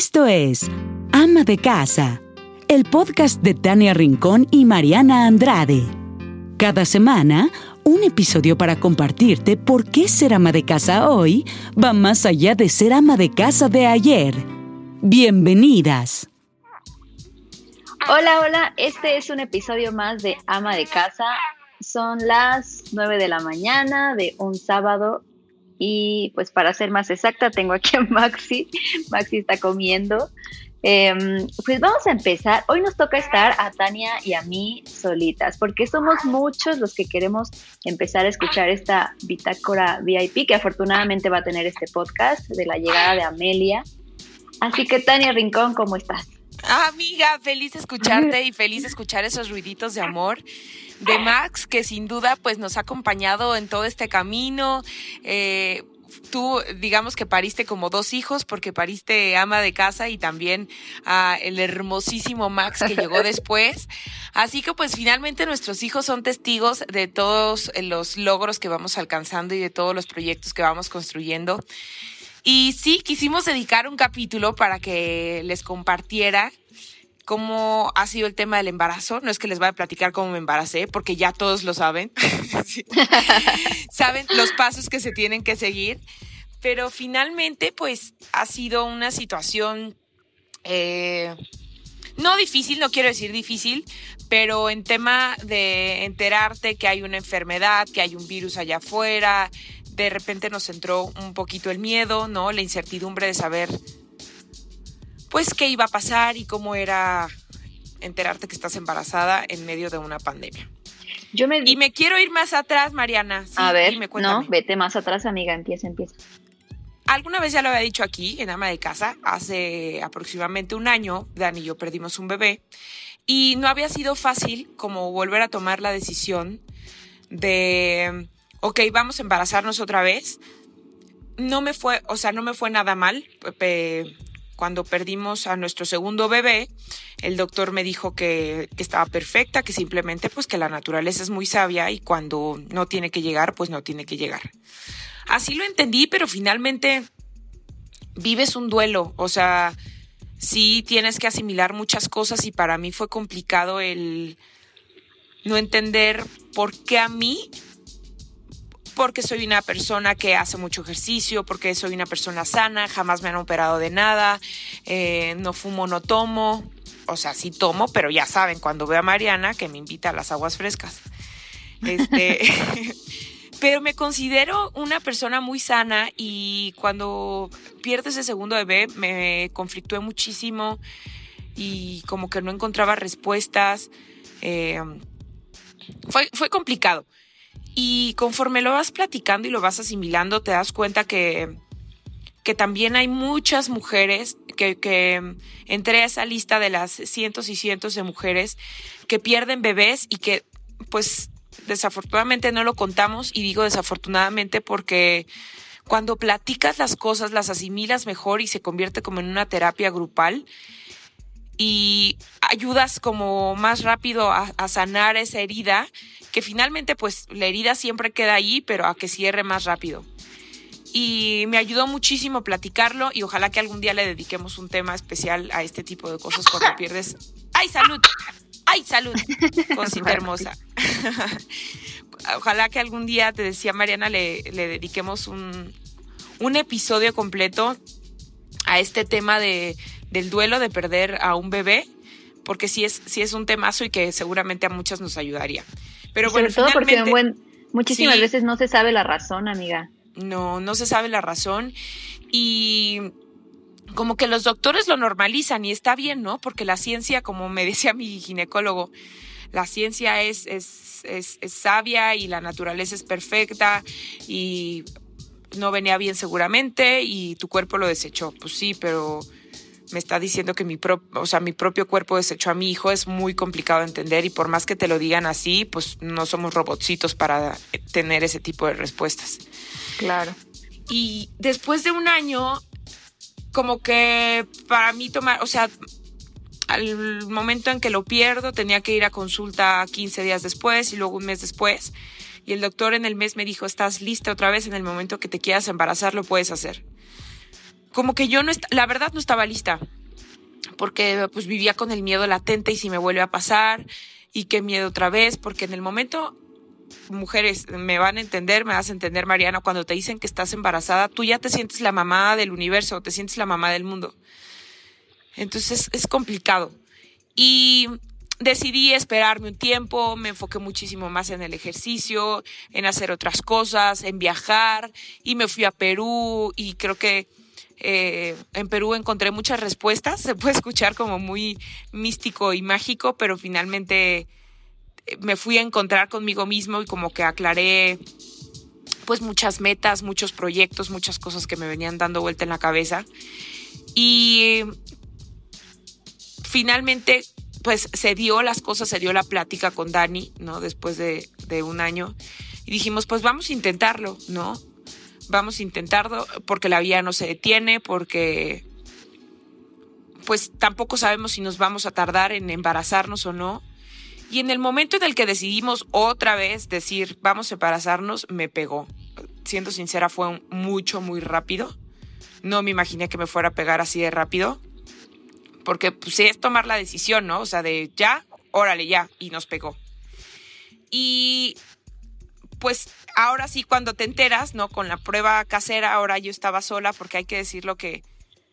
Esto es Ama de Casa, el podcast de Tania Rincón y Mariana Andrade. Cada semana, un episodio para compartirte por qué ser ama de casa hoy va más allá de ser ama de casa de ayer. Bienvenidas. Hola, este es un episodio más de Ama de Casa. Son las 9 de la mañana de un sábado y pues para ser más exacta tengo aquí a Maxi. Maxi está comiendo. Pues vamos a empezar. Hoy nos toca estar a Tania y a mí solitas porque somos muchos los que queremos empezar a escuchar esta bitácora VIP que afortunadamente va a tener este podcast de la llegada de Amelia. Así que Tania Rincón, ¿cómo estás? Amiga, feliz de escucharte y feliz de escuchar esos ruiditos de amor de Max, que sin duda pues nos ha acompañado en todo este camino. Tú, digamos que pariste como dos hijos porque pariste ama de casa y también el hermosísimo Max que llegó después. Así que pues finalmente nuestros hijos son testigos de todos los logros que vamos alcanzando y de todos los proyectos que vamos construyendo. Y sí, quisimos dedicar un capítulo para que les compartiera cómo ha sido el tema del embarazo. No es que les vaya a platicar cómo me embaracé, porque ya todos lo saben. Sí. Saben los pasos que se tienen que seguir. Pero finalmente, pues, ha sido una situación no difícil, no quiero decir difícil, pero en tema de enterarte que hay una enfermedad, que hay un virus allá afuera. De repente nos entró un poquito el miedo, ¿no? La incertidumbre de saber, pues, qué iba a pasar y cómo era enterarte que estás embarazada en medio de una pandemia. Y me quiero ir más atrás, Mariana. Sí, a ver, dime, cuéntame. No, vete más atrás, amiga, empieza. Alguna vez ya lo había dicho aquí, en Ama de Casa, hace aproximadamente un año, Dani y yo perdimos un bebé, y no había sido fácil como volver a tomar la decisión de... Ok, vamos a embarazarnos otra vez. No me fue nada mal. Cuando perdimos a nuestro segundo bebé, el doctor me dijo que estaba perfecta, que simplemente pues que la naturaleza es muy sabia y cuando no tiene que llegar, pues no tiene que llegar. Así lo entendí, pero finalmente vives un duelo. O sea, sí tienes que asimilar muchas cosas y para mí fue complicado el no entender por qué a mí. Porque soy una persona que hace mucho ejercicio, porque soy una persona sana, jamás me han operado de nada, no fumo, no tomo, o sea, sí tomo, pero ya saben, cuando veo a Mariana que me invita a las aguas frescas. Pero me considero una persona muy sana y cuando pierdo ese segundo bebé me conflictué muchísimo y como que no encontraba respuestas. Fue complicado. Y conforme lo vas platicando y lo vas asimilando, te das cuenta que también hay muchas mujeres que entré a esa lista de las cientos y cientos de mujeres que pierden bebés y que pues desafortunadamente no lo contamos, y digo desafortunadamente porque cuando platicas las cosas las asimilas mejor y se convierte como en una terapia grupal y ayudas como más rápido a sanar esa herida, que finalmente pues la herida siempre queda ahí, pero a que cierre más rápido. Y me ayudó muchísimo platicarlo y ojalá que algún día le dediquemos un tema especial a este tipo de cosas cuando pierdes. ¡Ay, salud! ¡Ay, salud! Cosita hermosa. Ojalá que algún día, te decía Mariana, le dediquemos un episodio completo a este tema del duelo de perder a un bebé, porque sí es un temazo y que seguramente a muchas nos ayudaría. Pero bueno, sobre todo finalmente, porque muchísimas veces no se sabe la razón, amiga. No se sabe la razón y como que los doctores lo normalizan y está bien, ¿no? Porque la ciencia, como me decía mi ginecólogo, la ciencia es sabia y la naturaleza es perfecta y no venía bien seguramente y tu cuerpo lo desechó. Pues sí, pero me está diciendo que mi propio cuerpo desechó a mi hijo. Es muy complicado de entender y por más que te lo digan así, pues no somos robotcitos para tener ese tipo de respuestas. Claro. Y después de un año, como que para mí al momento en que lo pierdo, tenía que ir a consulta 15 días después y luego un mes después. Y el doctor en el mes me dijo, estás lista otra vez, en el momento que te quieras embarazar lo puedes hacer. como que yo la verdad no estaba lista, porque pues vivía con el miedo latente y si me vuelve a pasar, y qué miedo otra vez, porque en el momento, mujeres, me van a entender, me vas a entender, Mariana, cuando te dicen que estás embarazada, tú ya te sientes la mamá del universo, te sientes la mamá del mundo. Entonces es complicado. Y decidí esperarme un tiempo, me enfoqué muchísimo más en el ejercicio, en hacer otras cosas, en viajar, y me fui a Perú, y creo que en Perú encontré muchas respuestas. Se puede escuchar como muy místico y mágico, pero finalmente me fui a encontrar conmigo mismo y como que aclaré pues muchas metas, muchos proyectos, muchas cosas que me venían dando vuelta en la cabeza. Y finalmente pues se dio la plática con Dani, ¿no? Después de un año. Y dijimos, pues vamos a intentarlo, ¿no? Vamos a intentarlo porque la vida no se detiene, porque pues tampoco sabemos si nos vamos a tardar en embarazarnos o no. Y en el momento en el que decidimos otra vez decir vamos a embarazarnos, me pegó. Siendo sincera, fue muy rápido. No me imaginé que me fuera a pegar así de rápido. Porque pues es tomar la decisión, ¿no? O sea, de ya, órale, ya. Y nos pegó. Y pues ahora sí, cuando te enteras, ¿no? Con la prueba casera, ahora yo estaba sola, porque hay que decirlo que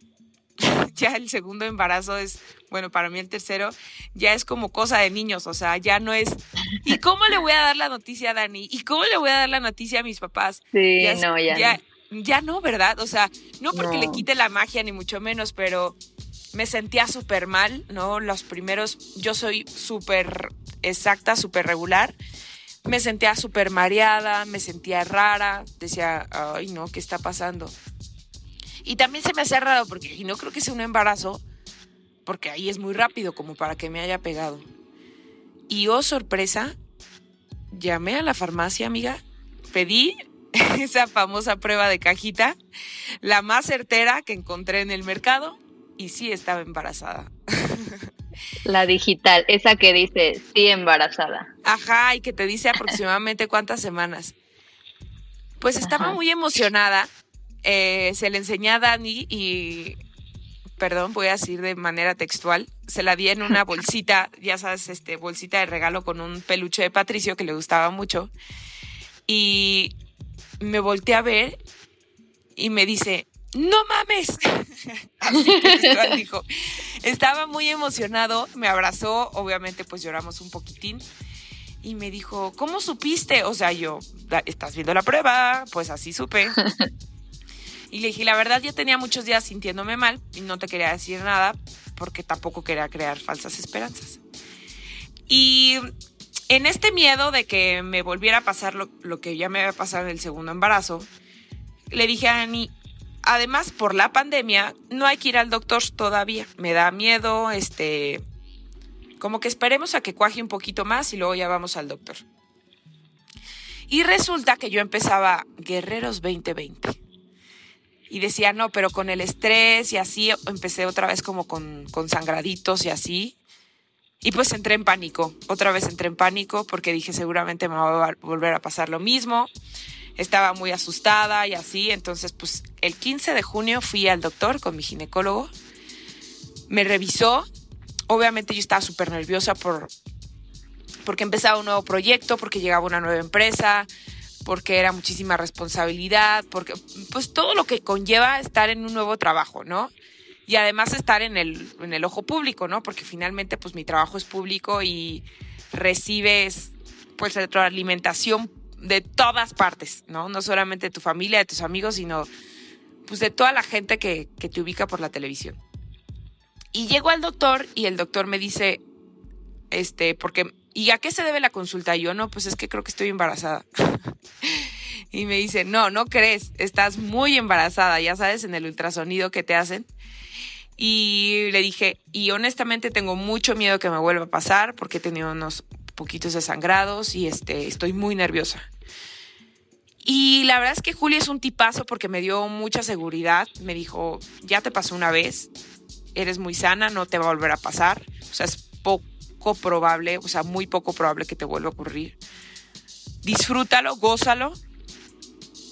ya el segundo embarazo es, bueno, para mí el tercero, ya es como cosa de niños, o sea, ya no es, ¿y cómo le voy a dar la noticia a Dani? ¿Y cómo le voy a dar la noticia a mis papás? Sí, ya no, ¿verdad? O sea, no porque le quite la magia, ni mucho menos, pero me sentía súper mal, ¿no? Los primeros, yo soy súper exacta, súper regular. Me sentía súper mareada, me sentía rara, decía, ay no, ¿qué está pasando? Y también se me hacía raro porque y no creo que sea un embarazo, porque ahí es muy rápido como para que me haya pegado. Y oh sorpresa, llamé a la farmacia, amiga, pedí esa famosa prueba de cajita, la más certera que encontré en el mercado, y sí estaba embarazada. La digital, esa que dice sí embarazada. Ajá, y que te dice aproximadamente cuántas semanas. Pues estaba muy emocionada. Se le enseñé a Dani y, perdón, voy a decir de manera textual, se la di en una bolsita, ya sabes, bolsita de regalo con un peluche de Patricio que le gustaba mucho. Y me volteé a ver y me dice, ¡no mames! Así textual dijo. Estaba muy emocionado, me abrazó, obviamente pues lloramos un poquitín. Y me dijo, ¿cómo supiste? O sea, yo, ¿estás viendo la prueba? Pues así supe. Y le dije, la verdad, ya tenía muchos días sintiéndome mal y no te quería decir nada porque tampoco quería crear falsas esperanzas. Y en este miedo de que me volviera a pasar lo que ya me había pasado en el segundo embarazo, le dije a Dani, además, por la pandemia, no hay que ir al doctor todavía. Me da miedo, como que esperemos a que cuaje un poquito más y luego ya vamos al doctor. Y resulta que yo empezaba Guerreros 2020. Y decía, no, pero con el estrés y así, empecé otra vez como con sangraditos y así. Y pues entré en pánico. Otra vez entré en pánico porque dije, seguramente me va a volver a pasar lo mismo. Estaba muy asustada y así. Entonces, pues el 15 de junio fui al doctor con mi ginecólogo. Me revisó. Obviamente yo estaba súper nerviosa porque empezaba un nuevo proyecto, porque llegaba una nueva empresa, porque era muchísima responsabilidad, porque pues todo lo que conlleva estar en un nuevo trabajo, ¿no? Y además estar en el ojo público, ¿no? Porque finalmente pues mi trabajo es público y recibes pues retroalimentación de todas partes, ¿no? No solamente de tu familia, de tus amigos, sino pues de toda la gente que te ubica por la televisión. Y llego al doctor y el doctor me dice, porque, ¿y a qué se debe la consulta? Y yo, no, pues es que creo que estoy embarazada. Y me dice, no crees, estás muy embarazada, ya sabes, en el ultrasonido que te hacen. Y le dije, y honestamente tengo mucho miedo que me vuelva a pasar porque he tenido unos poquitos de sangrados y estoy muy nerviosa. Y la verdad es que Juli es un tipazo porque me dio mucha seguridad. Me dijo, ya te pasó una vez, eres muy sana, no te va a volver a pasar. O sea, es poco probable, o sea, muy poco probable que te vuelva a ocurrir. Disfrútalo, gózalo.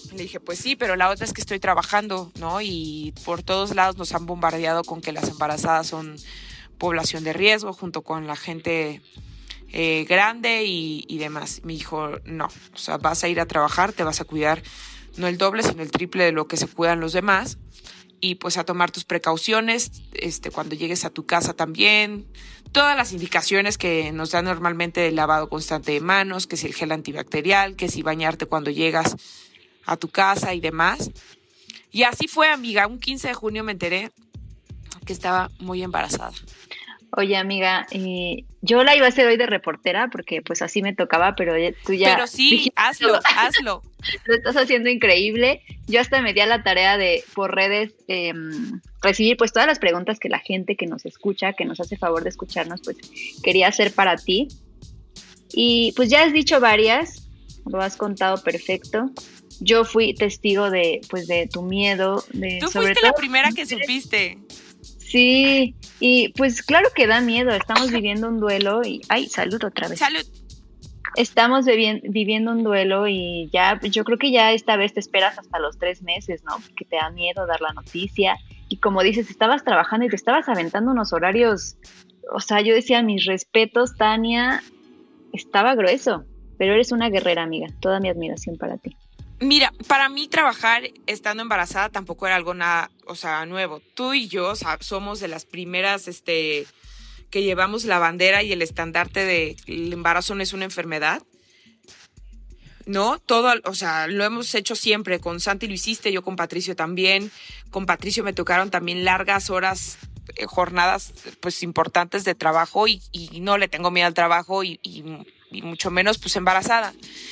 Le dije, pues sí, pero la otra es que estoy trabajando, ¿no? Y por todos lados nos han bombardeado con que las embarazadas son población de riesgo junto con la gente grande y demás. Me dijo, no, o sea, vas a ir a trabajar, te vas a cuidar no el doble, sino el triple de lo que se cuidan los demás. Y pues a tomar tus precauciones, cuando llegues a tu casa también. Todas las indicaciones que nos dan normalmente de lavado constante de manos, que si el gel antibacterial, que si bañarte cuando llegas a tu casa y demás. Y así fue, amiga. Un 15 de junio me enteré que estaba muy embarazada. Oye, amiga, yo la iba a hacer hoy de reportera porque pues así me tocaba, pero tú ya... Pero sí, hazlo. Lo estás haciendo increíble. Yo hasta me di a la tarea de, por redes, recibir pues todas las preguntas que la gente que nos escucha, que nos hace favor de escucharnos, pues quería hacer para ti. Y pues ya has dicho varias, lo has contado perfecto. Yo fui testigo de tu miedo. Tú fuiste la primera que supiste. Sí, y pues claro que da miedo, estamos viviendo un duelo y... ¡Ay, salud otra vez! ¡Salud! Estamos viviendo un duelo y ya, yo creo que ya esta vez te esperas hasta los 3 meses, ¿no? Porque te da miedo dar la noticia. Y como dices, estabas trabajando y te estabas aventando unos horarios... O sea, yo decía, mis respetos, Tania, estaba grueso. Pero eres una guerrera, amiga. Toda mi admiración para ti. Mira, para mí trabajar estando embarazada tampoco era algo nada, o sea, nuevo. Tú y yo, o sea, somos de las primeras, que llevamos la bandera y el estandarte de el embarazo no es una enfermedad, ¿no? Todo, o sea, lo hemos hecho siempre. Con Santi lo hiciste, yo con Patricio también. Con Patricio me tocaron también largas horas, jornadas, pues, importantes de trabajo y no le tengo miedo al trabajo y mucho menos, pues, embarazada.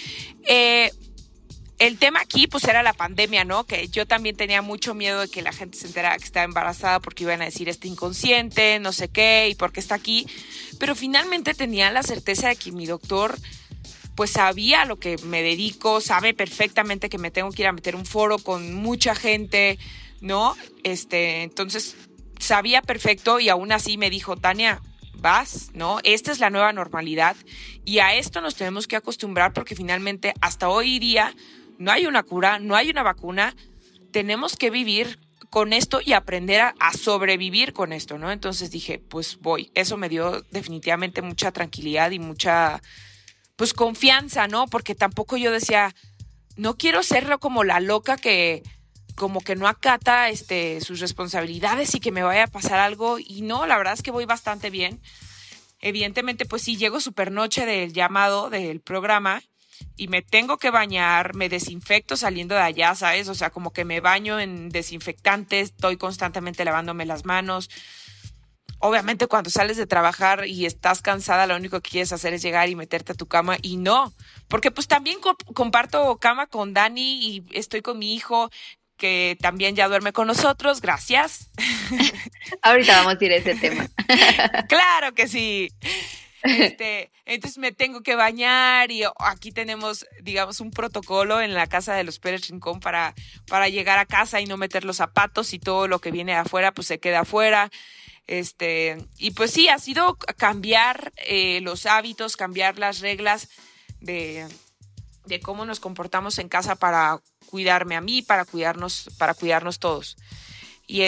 El tema aquí, pues, era la pandemia, ¿no? Que yo también tenía mucho miedo de que la gente se enterara que estaba embarazada porque iban a decir, inconsciente, no sé qué, y por qué está aquí. Pero finalmente tenía la certeza de que mi doctor, pues, sabía a lo que me dedico, sabe perfectamente que me tengo que ir a meter un foro con mucha gente, ¿no? Entonces, sabía perfecto y aún así me dijo, Tania, vas, ¿no? Esta es la nueva normalidad y a esto nos tenemos que acostumbrar porque finalmente hasta hoy día no hay una cura, no hay una vacuna, tenemos que vivir con esto y aprender a sobrevivir con esto, ¿no? Entonces dije, pues voy. Eso me dio definitivamente mucha tranquilidad y mucha, pues, confianza, ¿no? Porque tampoco yo decía, no quiero serlo como la loca que como que no acata sus responsabilidades y que me vaya a pasar algo. Y no, la verdad es que voy bastante bien. Evidentemente, pues sí, llego súper noche del llamado del programa y me tengo que bañar, me desinfecto saliendo de allá, ¿sabes? O sea, como que me baño en desinfectante, estoy constantemente lavándome las manos. Obviamente cuando sales de trabajar y estás cansada, lo único que quieres hacer es llegar y meterte a tu cama y no, porque pues también comparto cama con Dani y estoy con mi hijo que también ya duerme con nosotros, gracias. Ahorita vamos a ir a ese tema. Claro que sí. Entonces me tengo que bañar y aquí tenemos, digamos, un protocolo en la casa de los Pérez Rincón para llegar a casa y no meter los zapatos y todo lo que viene de afuera pues se queda afuera. Y pues sí, ha sido cambiar los hábitos, cambiar las reglas de cómo nos comportamos en casa para cuidarme a mí, para cuidarnos todos. Y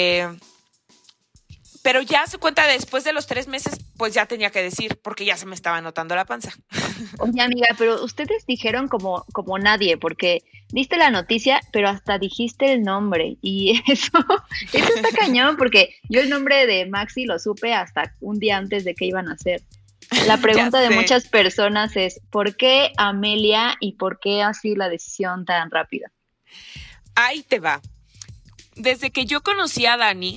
pero ya se cuenta, después de los 3 meses, pues ya tenía que decir, porque ya se me estaba notando la panza. Oye, amiga, pero ustedes dijeron como nadie, porque diste la noticia, pero hasta dijiste el nombre. Y eso está cañón, porque yo el nombre de Maxi lo supe hasta un día antes de que iban a hacer. La pregunta de muchas personas es, ¿por qué Amelia y por qué así la decisión tan rápida? Ahí te va. Desde que yo conocí a Dani,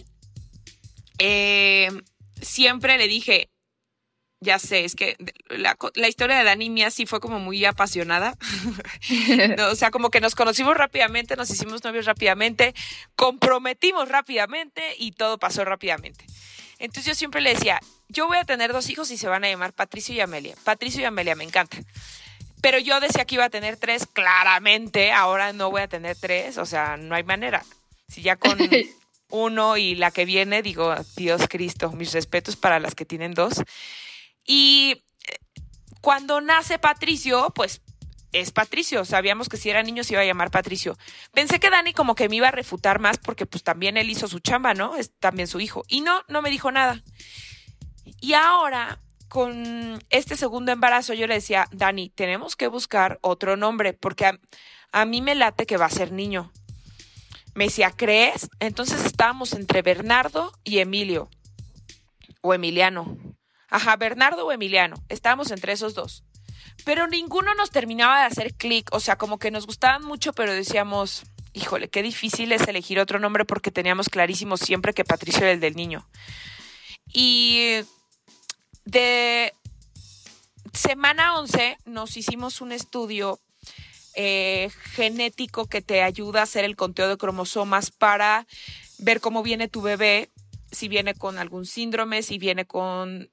siempre le dije, ya sé, es que la historia de Dani y mía sí fue como muy apasionada. No, o sea, como que nos conocimos rápidamente, nos hicimos novios rápidamente, comprometimos rápidamente y todo pasó rápidamente. Entonces yo siempre le decía, yo voy a tener 2 hijos y se van a llamar Patricio y Amelia. Patricio y Amelia, me encanta. Pero yo decía que iba a tener 3, claramente, ahora no voy a tener 3, o sea, no hay manera. Si ya con 1 y la que viene, digo, Dios Cristo, mis respetos para las que tienen 2. Y cuando nace Patricio, pues es Patricio. Sabíamos que si era niño se iba a llamar Patricio. Pensé que Dani como que me iba a refutar más porque pues también él hizo su chamba, ¿no? Es también su hijo. Y no me dijo nada. Y ahora, con este segundo embarazo, yo le decía, Dani, tenemos que buscar otro nombre porque a mí me late que va a ser niño. Me decía, ¿crees? Entonces estábamos entre Bernardo y Emilio. O Emiliano. Ajá, Bernardo o Emiliano. Estábamos entre esos dos. Pero ninguno nos terminaba de hacer clic. O sea, como que nos gustaban mucho, pero decíamos, híjole, qué difícil es elegir otro nombre porque teníamos clarísimo siempre que Patricio era el del niño. Y de semana 11 nos hicimos un estudio genético que te ayuda a hacer el conteo de cromosomas para ver cómo viene tu bebé, si viene con algún síndrome, si viene con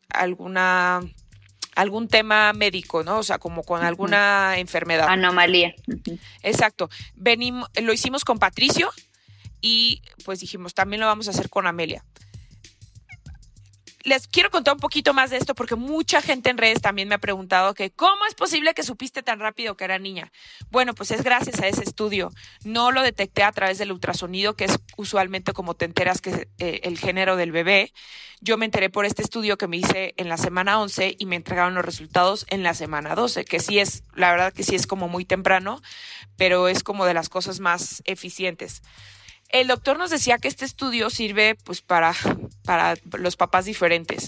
algún tema médico, ¿no? O sea, como con alguna enfermedad. Anomalía. Exacto. Lo hicimos con Patricio y pues dijimos, también lo vamos a hacer con Amelia. Les quiero contar un poquito más de esto porque mucha gente en redes también me ha preguntado que ¿cómo es posible que supiste tan rápido que era niña? Bueno, pues es gracias a ese estudio. No lo detecté a través del ultrasonido, que es usualmente como te enteras que el género del bebé. Yo me enteré por este estudio que me hice en la semana 11 y me entregaron los resultados en la semana 12, que sí es, la verdad que sí es como muy temprano, pero es como de las cosas más eficientes. El doctor nos decía que este estudio sirve pues para los papás diferentes.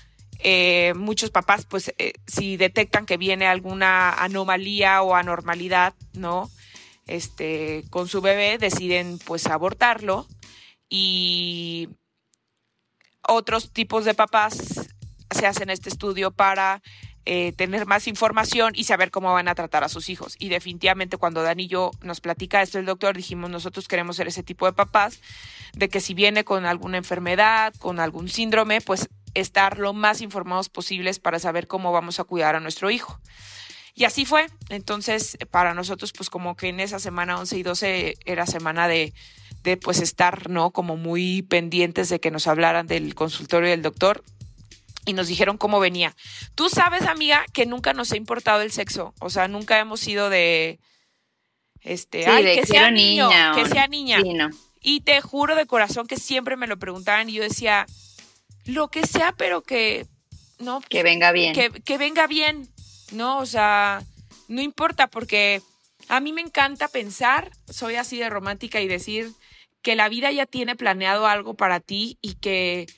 Muchos papás, pues, si detectan que viene alguna anomalía o anormalidad, ¿no? Con su bebé, deciden pues abortarlo. Y otros tipos de papás se hacen este estudio para tener más información y saber cómo van a tratar a sus hijos. Y definitivamente cuando Dani y yo nos platica esto el doctor, dijimos, nosotros queremos ser ese tipo de papás, de que si viene con alguna enfermedad, con algún síndrome, pues estar lo más informados posibles para saber cómo vamos a cuidar a nuestro hijo. Y así fue. Entonces, para nosotros, pues como que en esa semana 11 y 12 era semana de pues estar, ¿no? Como muy pendientes de que nos hablaran del consultorio del doctor. Y nos dijeron cómo venía. Tú sabes, amiga, que nunca nos ha importado el sexo. O sea, nunca hemos sido de... Sí, ay, de que sea niño, niña, que sea niña. Sí, no. Y te juro de corazón que siempre me lo preguntaban y yo decía, lo que sea, pero que... no, Que venga bien. Que venga bien, ¿no? O sea, no importa, porque a mí me encanta pensar, soy así de romántica y decir que la vida ya tiene planeado algo para ti y que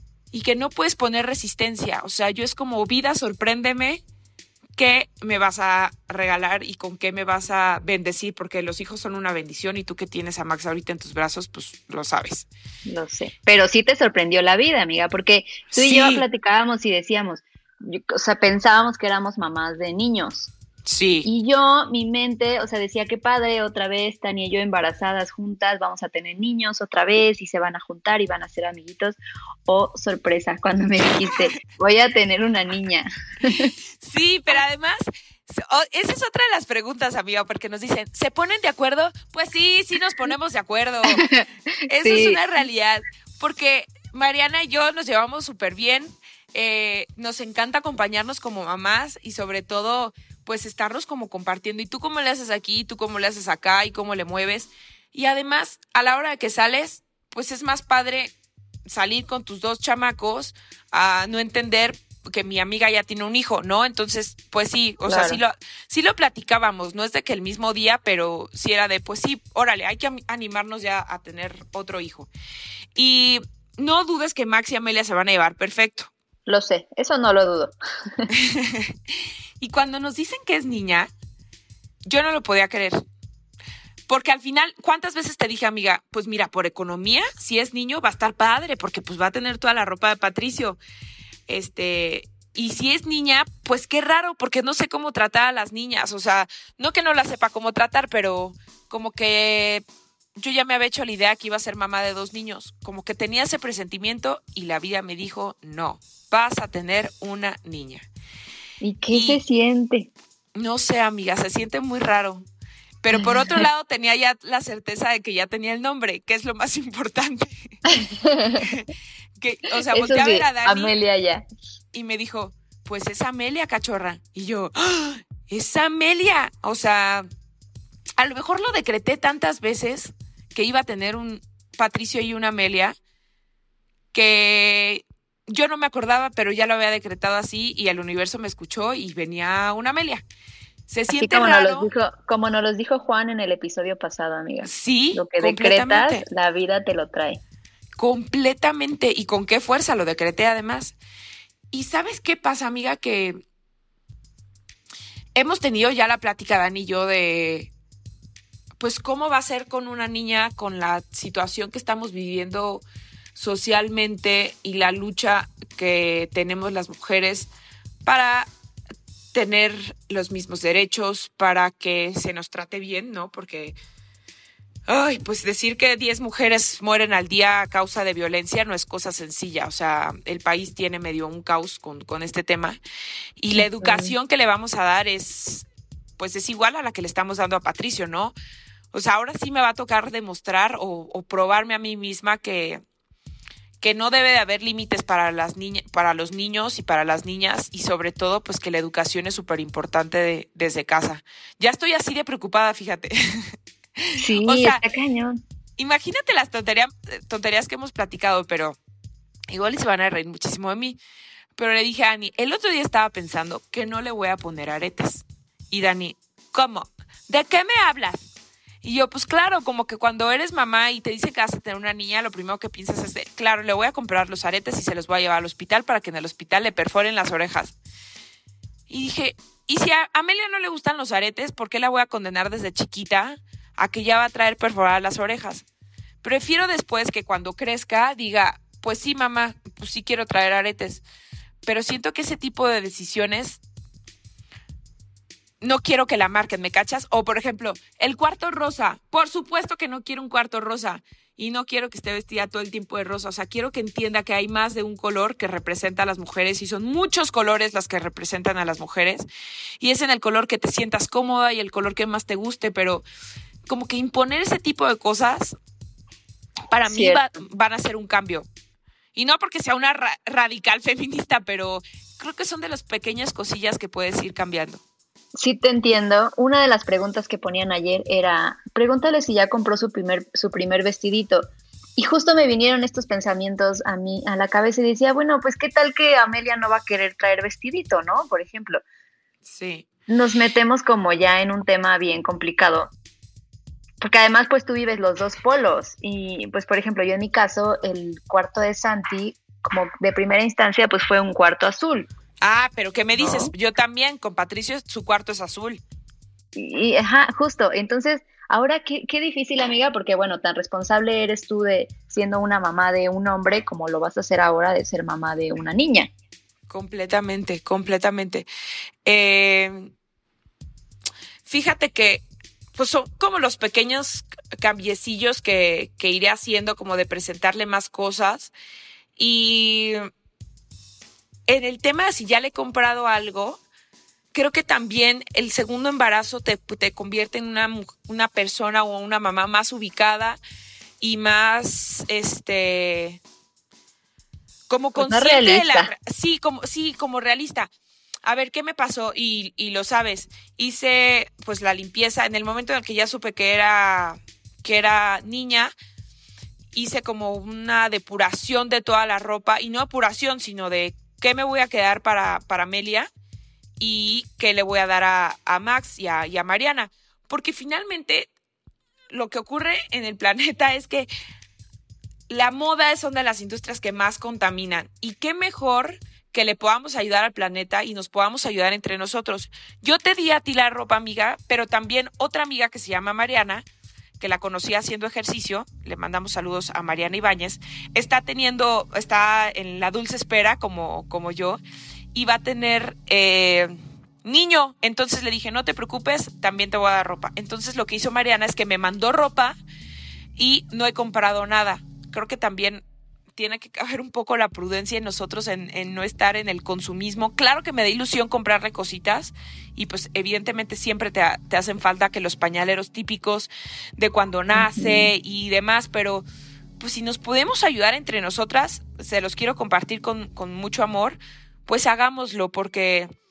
no puedes poner resistencia. O sea, yo es como, vida, sorpréndeme, ¿qué me vas a regalar y con qué me vas a bendecir? Porque los hijos son una bendición y tú que tienes a Max ahorita en tus brazos, pues lo sabes. Lo sé. Pero sí te sorprendió la vida, amiga, porque tú y yo platicábamos y decíamos, o sea, pensábamos que éramos mamás de niños. Sí. Y yo, mi mente, o sea, decía, qué padre, otra vez, Tania y yo embarazadas juntas, vamos a tener niños otra vez y se van a juntar y van a ser amiguitos. Oh, sorpresa, cuando me dijiste, voy a tener una niña. Sí, pero además, esa es otra de las preguntas, amiga, porque nos dicen, ¿se ponen de acuerdo? Pues sí nos ponemos de acuerdo. Eso sí. Es una realidad, porque Mariana y yo nos llevamos súper bien, nos encanta acompañarnos como mamás y sobre todo pues estarnos como compartiendo, y tú cómo le haces aquí, tú cómo le haces acá, y cómo le mueves, y además a la hora de que sales, pues es más padre salir con tus dos chamacos a no entender que mi amiga ya tiene un hijo, ¿no? Entonces, pues sí, o claro. sea, sí lo platicábamos, no es de que el mismo día, pero sí era de, pues sí, órale, hay que animarnos ya a tener otro hijo. Y no dudes que Max y Amelia se van a llevar perfecto. Lo sé, eso no lo dudo. Y cuando nos dicen que es niña, yo no lo podía creer. Porque al final, ¿cuántas veces te dije, amiga? Pues mira, por economía, si es niño va a estar padre, porque pues va a tener toda la ropa de Patricio. Y si es niña, pues qué raro, porque no sé cómo tratar a las niñas. O sea, no que no la sepa cómo tratar, pero como que yo ya me había hecho la idea que iba a ser mamá de 2 niños. Como que tenía ese presentimiento y la vida me dijo, no, vas a tener una niña. ¿Y qué se siente? No sé, amiga, se siente muy raro. Pero por otro lado tenía ya la certeza de que ya tenía el nombre, que es lo más importante. O sea, volteé a ver a Dani. Amelia ya. Y me dijo, pues es Amelia, cachorra. Y yo, ¡ah! es Amelia. O sea, a lo mejor lo decreté tantas veces que iba a tener un Patricio y una Amelia, que yo no me acordaba, pero ya lo había decretado así y el universo me escuchó y venía una Amelia. Se Así siente como raro. como nos los dijo Juan en el episodio pasado, amiga. Sí, lo que decretas, la vida te lo trae. Completamente. Y con qué fuerza lo decreté además. ¿Y sabes qué pasa, amiga? Que hemos tenido ya la plática, Dani y yo, de pues cómo va a ser con una niña con la situación que estamos viviendo socialmente y la lucha que tenemos las mujeres para tener los mismos derechos, para que se nos trate bien, ¿no? Porque, pues decir que 10 mujeres mueren al día a causa de violencia no es cosa sencilla. O sea, el país tiene medio un caos con este tema. Y la educación que le vamos a dar es igual a la que le estamos dando a Patricio, ¿no? O sea, ahora sí me va a tocar demostrar o probarme a mí misma que no debe de haber límites para para los niños y para las niñas, y sobre todo pues que la educación es súper importante desde casa. Ya estoy así de preocupada, fíjate. Sí, o sea, está cañón. Imagínate las tonterías que hemos platicado, pero igual se van a reír muchísimo de mí. Pero le dije a Dani, el otro día estaba pensando que no le voy a poner aretes. Y Dani, ¿cómo? ¿De qué me hablas? Y yo, pues claro, como que cuando eres mamá y te dicen que vas a tener una niña, lo primero que piensas es, claro, le voy a comprar los aretes y se los voy a llevar al hospital para que en el hospital le perforen las orejas. Y dije, ¿y si a Amelia no le gustan los aretes, por qué la voy a condenar desde chiquita a que ya va a traer perforadas las orejas? Prefiero después que cuando crezca diga, pues sí, mamá, pues sí quiero traer aretes. Pero siento que ese tipo de decisiones no quiero que la marquen, ¿me cachas? O, por ejemplo, el cuarto rosa. Por supuesto que no quiero un cuarto rosa. Y no quiero que esté vestida todo el tiempo de rosa. O sea, quiero que entienda que hay más de un color que representa a las mujeres. Y son muchos colores las que representan a las mujeres. Y es en el color que te sientas cómoda y el color que más te guste. Pero como que imponer ese tipo de cosas, para mí van a ser un cambio. Y no porque sea una radical feminista, pero creo que son de las pequeñas cosillas que puedes ir cambiando. Sí, te entiendo. Una de las preguntas que ponían ayer era, pregúntale si ya compró su primer vestidito. Y justo me vinieron estos pensamientos a mí a la cabeza y decía, bueno, pues qué tal que Amelia no va a querer traer vestidito, ¿no? Por ejemplo. Sí. Nos metemos como ya en un tema bien complicado. Porque además, pues tú vives los dos polos. Y pues, por ejemplo, yo en mi caso, el cuarto de Santi, como de primera instancia, pues fue un cuarto azul. Ah, pero ¿qué me dices? ¿No? Yo también, con Patricio, su cuarto es azul. Y ajá, justo. Entonces, ahora qué difícil, amiga, porque bueno, tan responsable eres tú de siendo una mamá de un hombre como lo vas a hacer ahora de ser mamá de una niña. Completamente. Fíjate que pues son como los pequeños cambiecillos que iré haciendo, como de presentarle más cosas. Y en el tema de si ya le he comprado algo, creo que también el segundo embarazo te convierte en una persona o una mamá más ubicada y más, como pues consciente de realista. como realista. A ver, ¿qué me pasó? Y lo sabes, hice pues la limpieza en el momento en el que ya supe que era niña. Hice como una depuración de toda la ropa, y no depuración, sino de qué me voy a quedar para Amelia y qué le voy a dar a Max y a Mariana. Porque finalmente lo que ocurre en el planeta es que la moda es una de las industrias que más contaminan. Y qué mejor que le podamos ayudar al planeta y nos podamos ayudar entre nosotros. Yo te di a ti la ropa, amiga, pero también otra amiga que se llama Mariana, que la conocí haciendo ejercicio, le mandamos saludos a Mariana Ibáñez, está en la dulce espera como yo, y va a tener niño. Entonces le dije, no te preocupes, también te voy a dar ropa. Entonces lo que hizo Mariana es que me mandó ropa y no he comprado nada. Creo que también tiene que caber un poco la prudencia en nosotros en no estar en el consumismo. Claro que me da ilusión comprarle cositas y pues evidentemente siempre te hacen falta que los pañaleros típicos de cuando nace y demás, pero pues si nos podemos ayudar entre nosotras, se los quiero compartir con mucho amor, pues hagámoslo, porque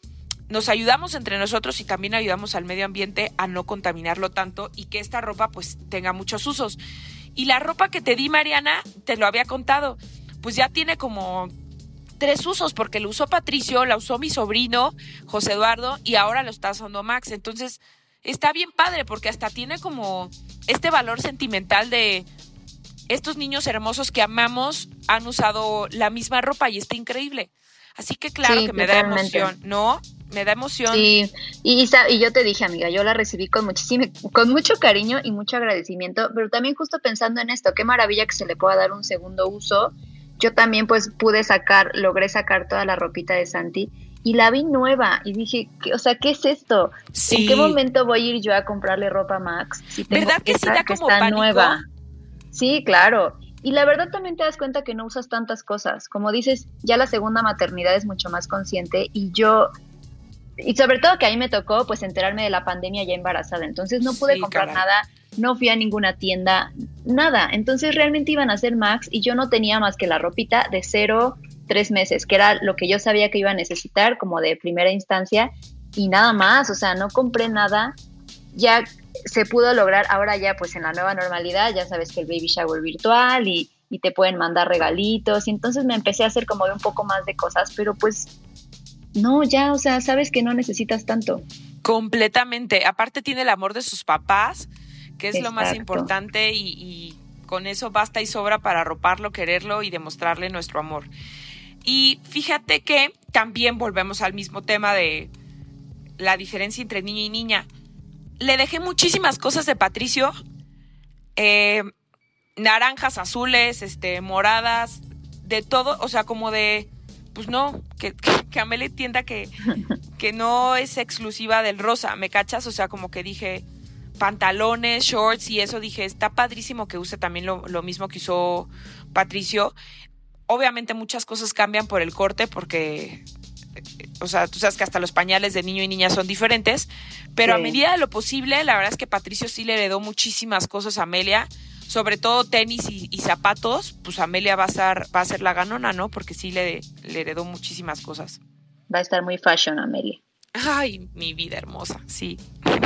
nos ayudamos entre nosotros y también ayudamos al medio ambiente a no contaminarlo tanto y que esta ropa pues tenga muchos usos. Y la ropa que te di, Mariana, te lo había contado, pues ya tiene como 3 usos, porque lo usó Patricio, la usó mi sobrino, José Eduardo, y ahora lo está usando Max. Entonces, está bien padre, porque hasta tiene como este valor sentimental de estos niños hermosos que amamos han usado la misma ropa y está increíble. Así que claro que me da emoción, ¿no? Me da emoción. Sí, y yo te dije, amiga, yo la recibí con mucho cariño y mucho agradecimiento, pero también justo pensando en esto, qué maravilla que se le pueda dar un segundo uso. Yo también pues logré sacar toda la ropita de Santi y la vi nueva y dije, ¿qué es esto? Sí. ¿En qué momento voy a ir yo a comprarle ropa a Max? Si tengo ¿Verdad que sí da como está pánico? Nueva. Sí, claro. Y la verdad también te das cuenta que no usas tantas cosas. Como dices, ya la segunda maternidad es mucho más consciente y sobre todo que a mí me tocó pues enterarme de la pandemia ya embarazada. Entonces no pude comprar nada, no fui a ninguna tienda, nada. Entonces realmente iban a ser Max y yo no tenía más que la ropita de 0-3 meses, que era lo que yo sabía que iba a necesitar como de primera instancia y nada más. O sea, no compré nada. Ya se pudo lograr ahora ya pues en la nueva normalidad, ya sabes que el baby shower virtual y te pueden mandar regalitos y entonces me empecé a hacer como de un poco más de cosas, pero pues no, ya, o sea, sabes que no necesitas tanto. Completamente, aparte tiene el amor de sus papás, que es Exacto. Lo más importante y con eso basta y sobra para arroparlo, quererlo y demostrarle nuestro amor. Y fíjate que también volvemos al mismo tema de la diferencia entre niño y niña. Le dejé muchísimas cosas de Patricio, naranjas, azules, moradas, de todo, o sea, como de, pues no, que Amelia entienda que no es exclusiva del rosa, ¿me cachas? O sea, como que dije pantalones, shorts y eso, dije, está padrísimo que use también lo mismo que usó Patricio. Obviamente muchas cosas cambian por el corte porque... O sea, tú sabes que hasta los pañales de niño y niña son diferentes, pero sí. A medida de lo posible, la verdad es que Patricio sí le heredó muchísimas cosas a Amelia, sobre todo tenis y zapatos, pues Amelia va a ser la ganona, ¿no? Porque sí le heredó muchísimas cosas. Va a estar muy fashion, Amelia. Ay, mi vida hermosa, sí.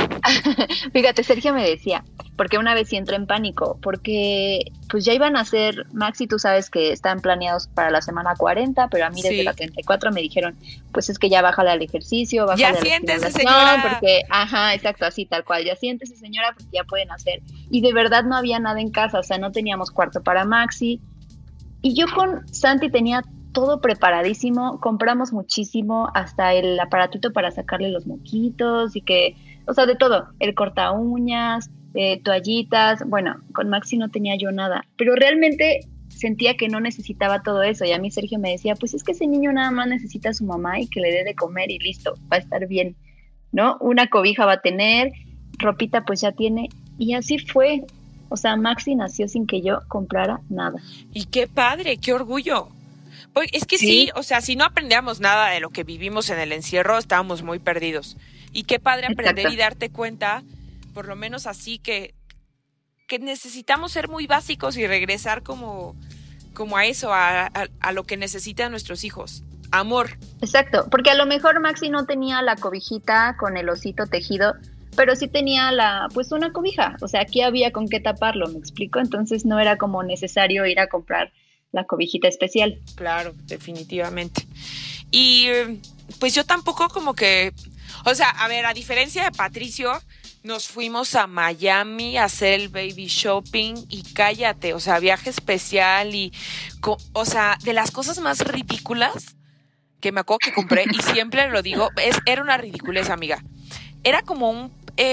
Fíjate, Sergio me decía, porque una vez sí entré en pánico, porque pues ya iban a ser, Maxi, tú sabes que están planeados para la semana 40, pero a mí desde la 34 me dijeron, pues es que ya bájale al ejercicio, bájale ya a la siéntese, señora. Porque, exacto, así, tal cual, ya siéntese, señora, porque ya pueden hacer. Y de verdad no había nada en casa, o sea, no teníamos cuarto para Maxi. Y yo con Santi tenía todo preparadísimo, compramos muchísimo, hasta el aparatito para sacarle los moquitos y que, o sea, de todo, el corta uñas, toallitas, bueno, con Maxi no tenía yo nada, pero realmente sentía que no necesitaba todo eso y a mí Sergio me decía, pues es que ese niño nada más necesita a su mamá y que le dé de comer y listo, va a estar bien, ¿no? Una cobija va a tener, ropita pues ya tiene y así fue, o sea, Maxi nació sin que yo comprara nada. Y qué padre, qué orgullo. Pues es que sí, o sea, si no aprendíamos nada de lo que vivimos en el encierro, estábamos muy perdidos. Y qué padre aprender y darte cuenta, por lo menos así, que necesitamos ser muy básicos y regresar como a eso, a lo que necesitan nuestros hijos. Amor. Exacto, porque a lo mejor Maxi no tenía la cobijita con el osito tejido, pero sí tenía pues una cobija. O sea, aquí había con qué taparlo, ¿me explico? Entonces no era como necesario ir a comprar la cobijita especial. Claro, definitivamente. Y pues yo tampoco como que, o sea, a ver, a diferencia de Patricio, nos fuimos a Miami a hacer el baby shopping y cállate, o sea, viaje especial y, o sea, de las cosas más ridículas que me acuerdo que compré y siempre lo digo, era una ridiculez, amiga. Era como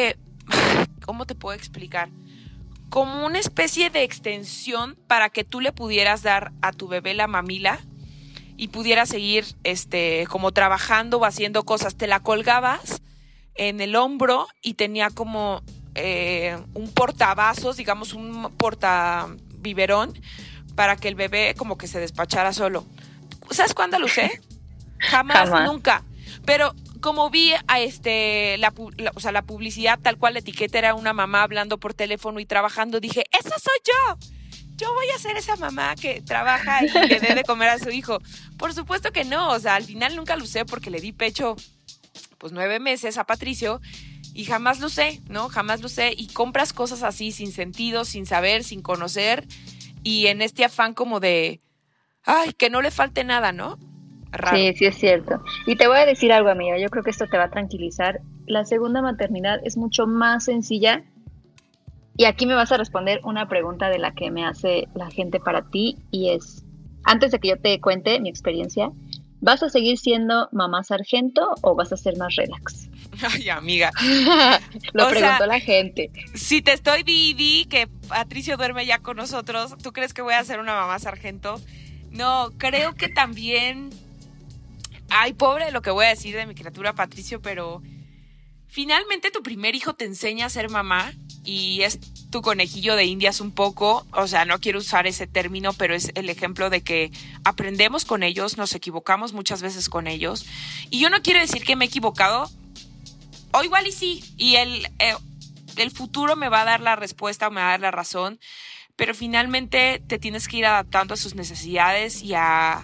¿cómo te puedo explicar? Como una especie de extensión para que tú le pudieras dar a tu bebé la mamila y pudieras seguir como trabajando o haciendo cosas. Te la colgabas en el hombro y tenía como un portavasos, digamos un portabiberón para que el bebé como que se despachara solo. ¿Sabes cuándo lo usé? Jamás, nunca. Pero como vi a la publicidad tal cual, la etiqueta era una mamá hablando por teléfono y trabajando, dije, ¡esa soy yo! Yo voy a ser esa mamá que trabaja y le dé de comer a su hijo. Por supuesto que no, o sea, al final nunca lo usé porque le di pecho pues 9 meses a Patricio y jamás lo sé, ¿no? Jamás lo sé. Y compras cosas así sin sentido, sin saber, sin conocer y en este afán como de, ay, que no le falte nada, ¿no? Raro. Sí, sí es cierto. Y te voy a decir algo, amiga, yo creo que esto te va a tranquilizar. La segunda maternidad es mucho más sencilla y aquí me vas a responder una pregunta de la que me hace la gente para ti y es, antes de que yo te cuente mi experiencia, ¿vas a seguir siendo mamá sargento o vas a ser más relax? Ay, amiga. Lo preguntó la gente. Si te estoy di que Patricio duerme ya con nosotros, ¿tú crees que voy a ser una mamá sargento? No, creo que también... Ay, pobre de lo que voy a decir de mi criatura Patricio, pero finalmente tu primer hijo te enseña a ser mamá y es tu conejillo de indias un poco. O sea, no quiero usar ese término, pero es el ejemplo de que aprendemos con ellos, nos equivocamos muchas veces con ellos. Y yo no quiero decir que me he equivocado, o igual y sí, y el futuro me va a dar la respuesta o me va a dar la razón, pero finalmente te tienes que ir adaptando a sus necesidades y a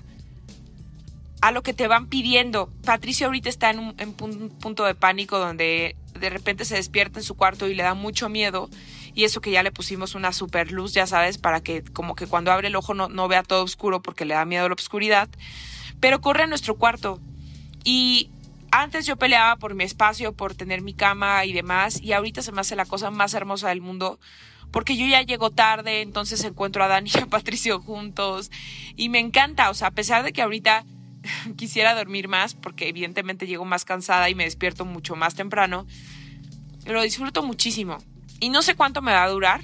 lo que te van pidiendo. Patricio ahorita está en un punto de pánico donde de repente se despierta en su cuarto y le da mucho miedo, y eso que ya le pusimos una super luz, ya sabes, para que como que cuando abre el ojo no vea todo oscuro porque le da miedo a la oscuridad, pero corre a nuestro cuarto. Y antes yo peleaba por mi espacio, por tener mi cama y demás, y ahorita se me hace la cosa más hermosa del mundo porque yo ya llego tarde, entonces encuentro a Dani y a Patricio juntos y me encanta. O sea, a pesar de que ahorita quisiera dormir más porque evidentemente llego más cansada y me despierto mucho más temprano, lo disfruto muchísimo y no sé cuánto me va a durar,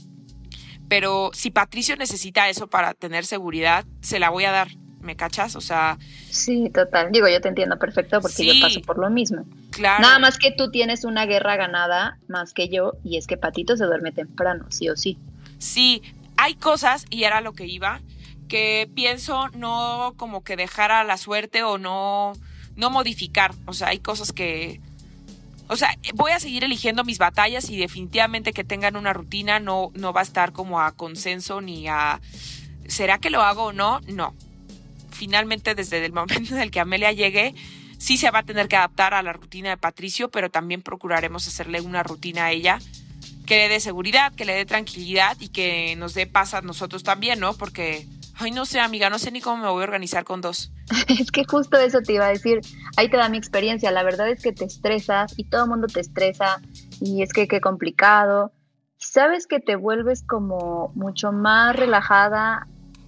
pero si Patricio necesita eso para tener seguridad, se la voy a dar, ¿me cachas? O sea... Sí, total, digo, yo te entiendo perfecto porque sí, yo paso por lo mismo. Claro. Nada más que tú tienes una guerra ganada más que yo y es que Patito se duerme temprano, sí o sí. Sí, hay cosas, y era lo que iba, que pienso no como que dejar a la suerte o no modificar. O sea, hay cosas que... O sea, voy a seguir eligiendo mis batallas y definitivamente que tengan una rutina no va a estar como a consenso ni a... ¿Será que lo hago o no? No. Finalmente, desde el momento en el que Amelia llegue, sí se va a tener que adaptar a la rutina de Patricio, pero también procuraremos hacerle una rutina a ella que le dé seguridad, que le dé tranquilidad y que nos dé paz a nosotros también, ¿no? Porque... Ay, no sé, amiga, no sé ni cómo me voy a organizar con 2. Es que justo eso te iba a decir, ahí te da mi experiencia, la verdad es que te estresas y todo el mundo te estresa y es que qué complicado. Sabes que te vuelves como mucho más relajada,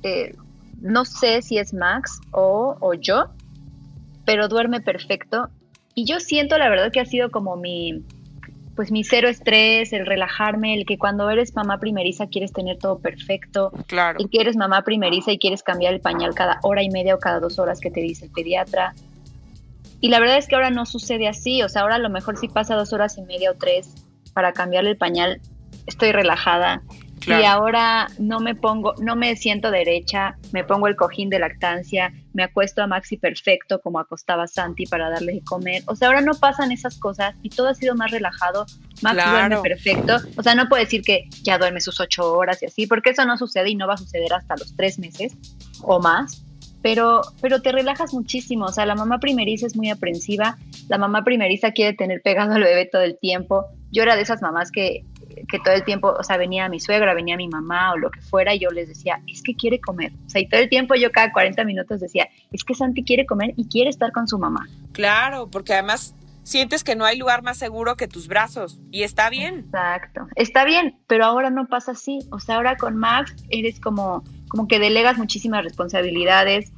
no sé si es Max o yo, pero duerme perfecto y yo siento la verdad que ha sido como mi cero estrés, el relajarme, el que cuando eres mamá primeriza quieres tener todo perfecto, claro, el que eres mamá primeriza y quieres cambiar el pañal cada hora y media o cada 2 horas que te dice el pediatra. Y la verdad es que ahora no sucede así, o sea, ahora a lo mejor si pasa 2 horas y media o 3 para cambiarle el pañal, estoy relajada. Claro. Y ahora no me siento derecha, me pongo el cojín de lactancia, me acuesto a Maxi perfecto como acostaba Santi para darle de comer. O sea, ahora no pasan esas cosas y todo ha sido más relajado. Max duerme perfecto. O sea, no puedo decir que ya duerme sus 8 horas y así, porque eso no sucede y no va a suceder hasta los 3 meses o más. Pero te relajas muchísimo. O sea, la mamá primeriza es muy aprensiva. La mamá primeriza quiere tener pegado al bebé todo el tiempo. Yo era de esas mamás que todo el tiempo, o sea, venía mi suegra, venía mi mamá o lo que fuera y yo les decía, es que quiere comer. O sea, y todo el tiempo yo cada 40 minutos decía, es que Santi quiere comer y quiere estar con su mamá. Claro, porque además sientes que no hay lugar más seguro que tus brazos y está bien. Exacto, está bien, pero ahora no pasa así. O sea, ahora con Max eres como que delegas muchísimas responsabilidades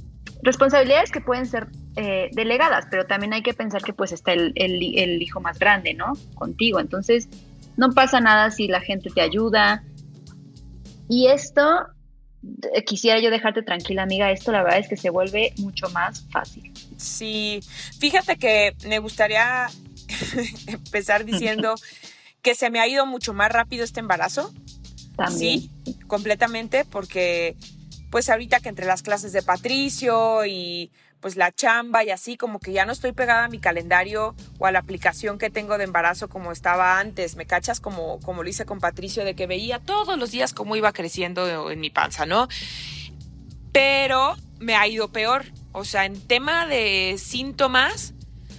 que pueden ser delegadas, pero también hay que pensar que pues está el hijo más grande, ¿no? Contigo, entonces no pasa nada si la gente te ayuda. Y esto, quisiera yo dejarte tranquila, amiga, esto la verdad es que se vuelve mucho más fácil. Sí, fíjate que me gustaría empezar diciendo que se me ha ido mucho más rápido este embarazo. También. Sí, completamente, porque pues ahorita que entre las clases de Patricio y pues la chamba y así, como que ya no estoy pegada a mi calendario o a la aplicación que tengo de embarazo como estaba antes, ¿me cachas? Como lo hice con Patricio, de que veía todos los días cómo iba creciendo en mi panza, ¿no? Pero me ha ido peor, o sea, en tema de síntomas,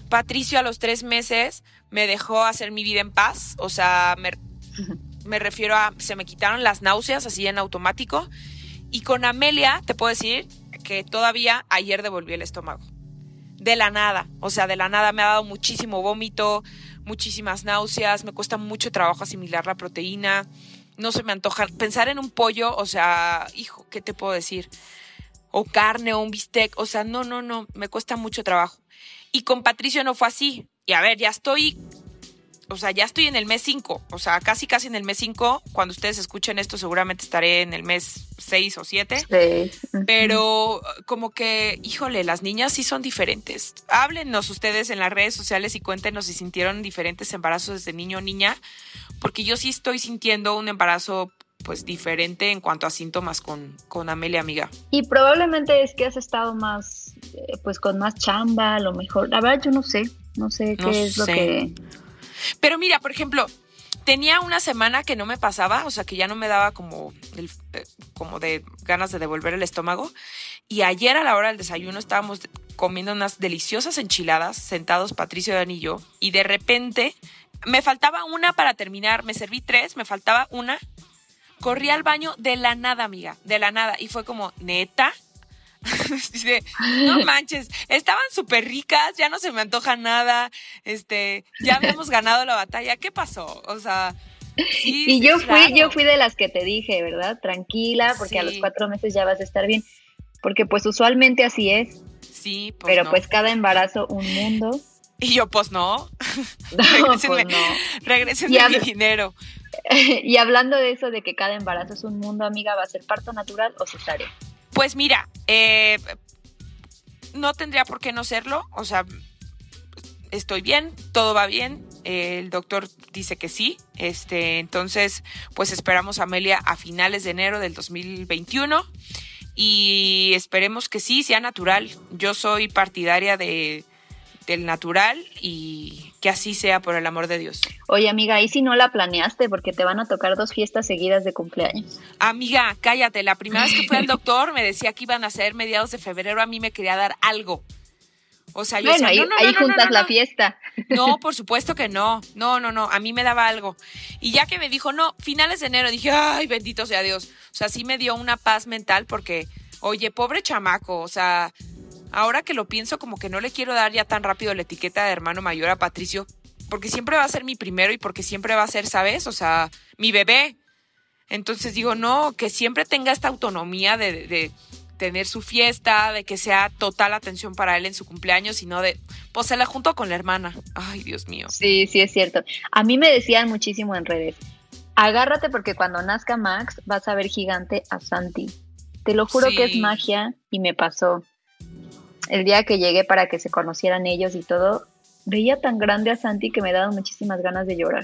Patricio a los 3 meses me dejó hacer mi vida en paz, o sea, me refiero a, se me quitaron las náuseas así en automático, y con Amelia te puedo decir que todavía ayer devolví el estómago. De la nada, o sea, de la nada me ha dado muchísimo vómito, muchísimas náuseas, me cuesta mucho trabajo asimilar la proteína, no se me antoja pensar en un pollo, o sea, hijo, ¿qué te puedo decir? O carne o un bistec, o sea, no, me cuesta mucho trabajo. Y con Patricio no fue así. Y a ver, ya estoy en el mes 5, o sea, casi en el mes 5. Cuando ustedes escuchen esto, seguramente estaré en el mes 6 o 7. Sí. Pero como que, híjole, las niñas sí son diferentes. Háblenos ustedes en las redes sociales y cuéntenos si sintieron diferentes embarazos desde niño o niña, porque yo sí estoy sintiendo un embarazo pues diferente en cuanto a síntomas con Amelia, amiga. Y probablemente es que has estado más, pues con más chamba, a lo mejor. La verdad yo no sé qué es lo que... Pero mira, por ejemplo, tenía una semana que no me pasaba, o sea, que ya no me daba como de ganas de devolver el estómago. Y ayer a la hora del desayuno estábamos comiendo unas deliciosas enchiladas, sentados Patricio, Dani y yo, y de repente me faltaba una para terminar, me serví 3, me faltaba una. Corrí al baño de la nada, amiga, de la nada. Y fue como, ¿neta? Dice, no manches, estaban súper ricas, ya no se me antoja nada, ya habíamos ganado la batalla, ¿qué pasó? O sea, sí, y yo fui de las que te dije, ¿verdad? Tranquila, porque sí. A los 4 meses ya vas a estar bien, porque pues usualmente así es. Sí, pues pero no. Pues cada embarazo un mundo. Y yo, pues no. Regrésenme mi dinero. Y hablando de eso, de que cada embarazo es un mundo, amiga, ¿va a ser parto natural o cesárea? Pues mira, no tendría por qué no serlo, o sea, estoy bien, todo va bien, el doctor dice que sí, entonces pues esperamos a Amelia a finales de enero del 2021 y esperemos que sí sea natural. Yo soy partidaria del natural y que así sea, por el amor de Dios. Oye, amiga, ahí sí no la planeaste porque te van a tocar 2 fiestas seguidas de cumpleaños. Amiga, cállate, la primera vez que fui al doctor me decía que iban a ser mediados de febrero, a mí me quería dar algo. O sea, yo decía, ahí juntas la fiesta. No, por supuesto que no, a mí me daba algo. Y ya que me dijo, no, finales de enero, dije, ay, bendito sea Dios. O sea, sí me dio una paz mental porque, oye, pobre chamaco, o sea... Ahora que lo pienso, como que no le quiero dar ya tan rápido la etiqueta de hermano mayor a Patricio, porque siempre va a ser mi primero y porque siempre va a ser, ¿sabes? O sea, mi bebé. Entonces digo, no, que siempre tenga esta autonomía de tener su fiesta, de que sea total atención para él en su cumpleaños y no de, pues se la junto con la hermana. Ay, Dios mío. Sí, es cierto. A mí me decían muchísimo en redes, agárrate porque cuando nazca Max vas a ver gigante a Santi. Te lo juro que es magia y me pasó. El día que llegué para que se conocieran ellos y todo, veía tan grande a Santi que me daban muchísimas ganas de llorar.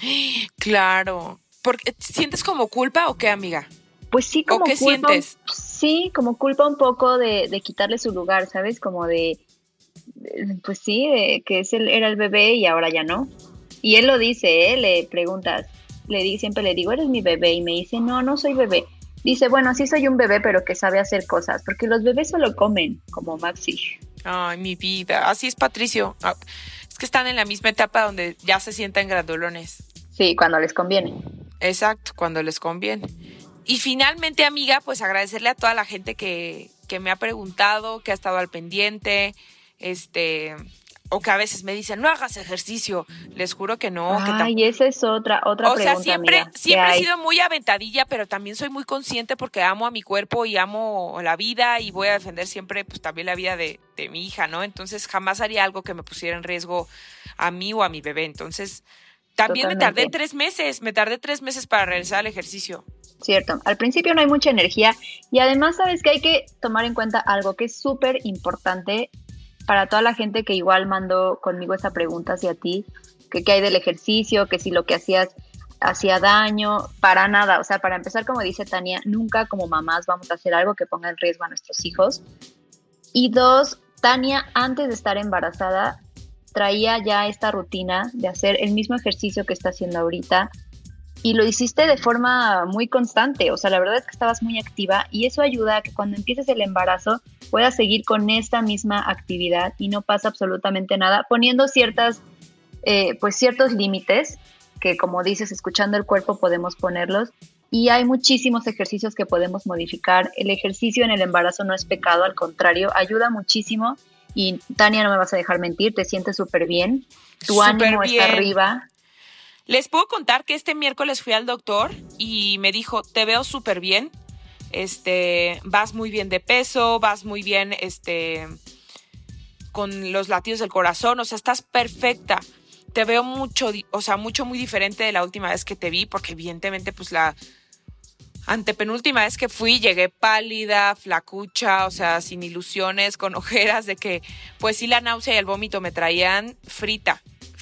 Claro. ¿Porque sientes como culpa o qué, amiga? Pues sí, como culpa. ¿O qué sientes? Sí, como culpa un poco de quitarle su lugar, ¿sabes? Como pues sí, de que era el bebé y ahora ya no. Y él lo dice, le preguntas, siempre le digo, eres mi bebé, y me dice, no soy bebé. Dice, bueno, sí soy un bebé, pero que sabe hacer cosas, porque los bebés solo comen, como Maxi. Ay, mi vida, así es Patricio. Es que están en la misma etapa donde ya se sientan grandulones. Sí, cuando les conviene. Exacto, cuando les conviene. Y finalmente, amiga, pues agradecerle a toda la gente que me ha preguntado, que ha estado al pendiente, o que a veces me dicen, no hagas ejercicio. Les juro que no. Ay, esa es otra pregunta, o sea, siempre amiga, he sido muy aventadilla, pero también soy muy consciente porque amo a mi cuerpo y amo la vida y voy a defender siempre, pues, también la vida de mi hija, ¿no? Entonces, jamás haría algo que me pusiera en riesgo a mí o a mi bebé. Entonces, también me tardé 3 meses para regresar al ejercicio. Cierto, al principio no hay mucha energía y además, sabes que hay que tomar en cuenta algo que es súper importante para toda la gente que igual mandó conmigo esa pregunta hacia ti, que qué hay del ejercicio, que si lo que hacías hacía daño, para nada. O sea, para empezar, como dice Tania, nunca como mamás vamos a hacer algo que ponga en riesgo a nuestros hijos. Y 2, Tania, antes de estar embarazada, traía ya esta rutina de hacer el mismo ejercicio que está haciendo ahorita y lo hiciste de forma muy constante, o sea, la verdad es que estabas muy activa y eso ayuda a que cuando empieces el embarazo puedas seguir con esta misma actividad y no pasa absolutamente nada, poniendo ciertos límites que, como dices, escuchando el cuerpo podemos ponerlos. Y hay muchísimos ejercicios que podemos modificar. El ejercicio en el embarazo no es pecado, al contrario, ayuda muchísimo. Y Tania, no me vas a dejar mentir, te sientes súper bien. Tu ánimo está arriba. Les puedo contar que este miércoles fui al doctor y me dijo, te veo súper bien. Vas muy bien de peso, vas muy bien con los latidos del corazón, o sea, estás perfecta. Te veo mucho, muy diferente de la última vez que te vi, porque evidentemente, pues la antepenúltima vez que fui, llegué pálida, flacucha, o sea, sin ilusiones, con ojeras de que, pues sí, la náusea y el vómito me traían frita.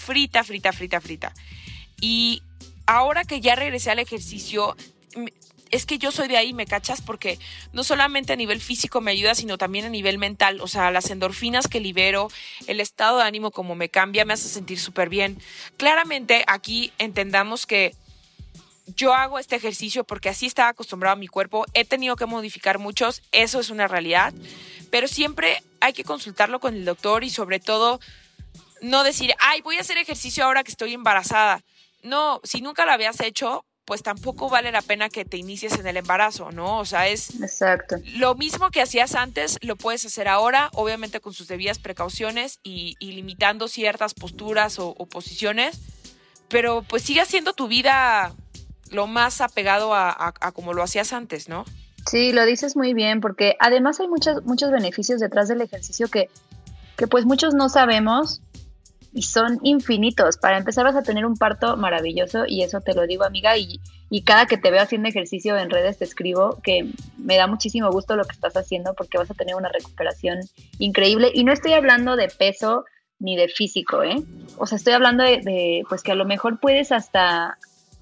Y ahora que ya regresé al ejercicio, es que yo soy de ahí, ¿me cachas? Porque no solamente a nivel físico me ayuda, sino también a nivel mental. O sea, las endorfinas que libero, el estado de ánimo como me cambia, me hace sentir súper bien. Claramente aquí entendamos que yo hago este ejercicio porque así estaba acostumbrado a mi cuerpo. He tenido que modificar muchos, eso es una realidad. Pero siempre hay que consultarlo con el doctor y sobre todo no decir, ay, voy a hacer ejercicio ahora que estoy embarazada. No, si nunca lo habías hecho, pues tampoco vale la pena que te inicies en el embarazo, ¿no? O sea, es exacto. Lo mismo que hacías antes, lo puedes hacer ahora, obviamente con sus debidas precauciones y limitando ciertas posturas o posiciones, pero pues sigue haciendo tu vida lo más apegado a como lo hacías antes, ¿no? Sí, lo dices muy bien, porque además hay muchos beneficios detrás del ejercicio que pues muchos no sabemos y son infinitos. Para empezar, vas a tener un parto maravilloso y eso te lo digo, amiga, y cada que te veo haciendo ejercicio en redes te escribo que me da muchísimo gusto lo que estás haciendo porque vas a tener una recuperación increíble. Y no estoy hablando de peso ni de físico, ¿eh? O sea, estoy hablando de pues que a lo mejor puedes hasta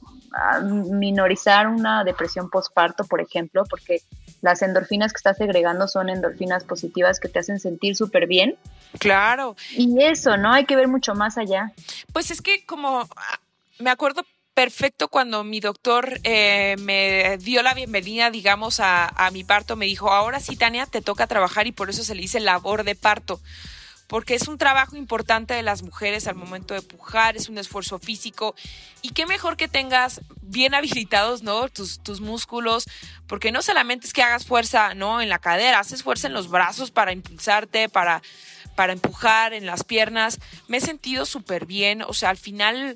minorizar una depresión postparto, por ejemplo, porque las endorfinas que estás segregando son endorfinas positivas que te hacen sentir súper bien. Claro. Y eso, ¿no? Hay que ver mucho más allá. Pues es que como me acuerdo perfecto cuando mi doctor me dio la bienvenida, digamos, a mi parto, me dijo, ahora sí, Tania, te toca trabajar y por eso se le dice labor de parto. Porque es un trabajo importante de las mujeres al momento de pujar, es un esfuerzo físico y qué mejor que tengas bien habilitados, ¿no? tus músculos, porque no solamente es que hagas fuerza, ¿no? En la cadera, haces fuerza en los brazos para impulsarte, para empujar, en las piernas. Me he sentido súper bien, o sea, al final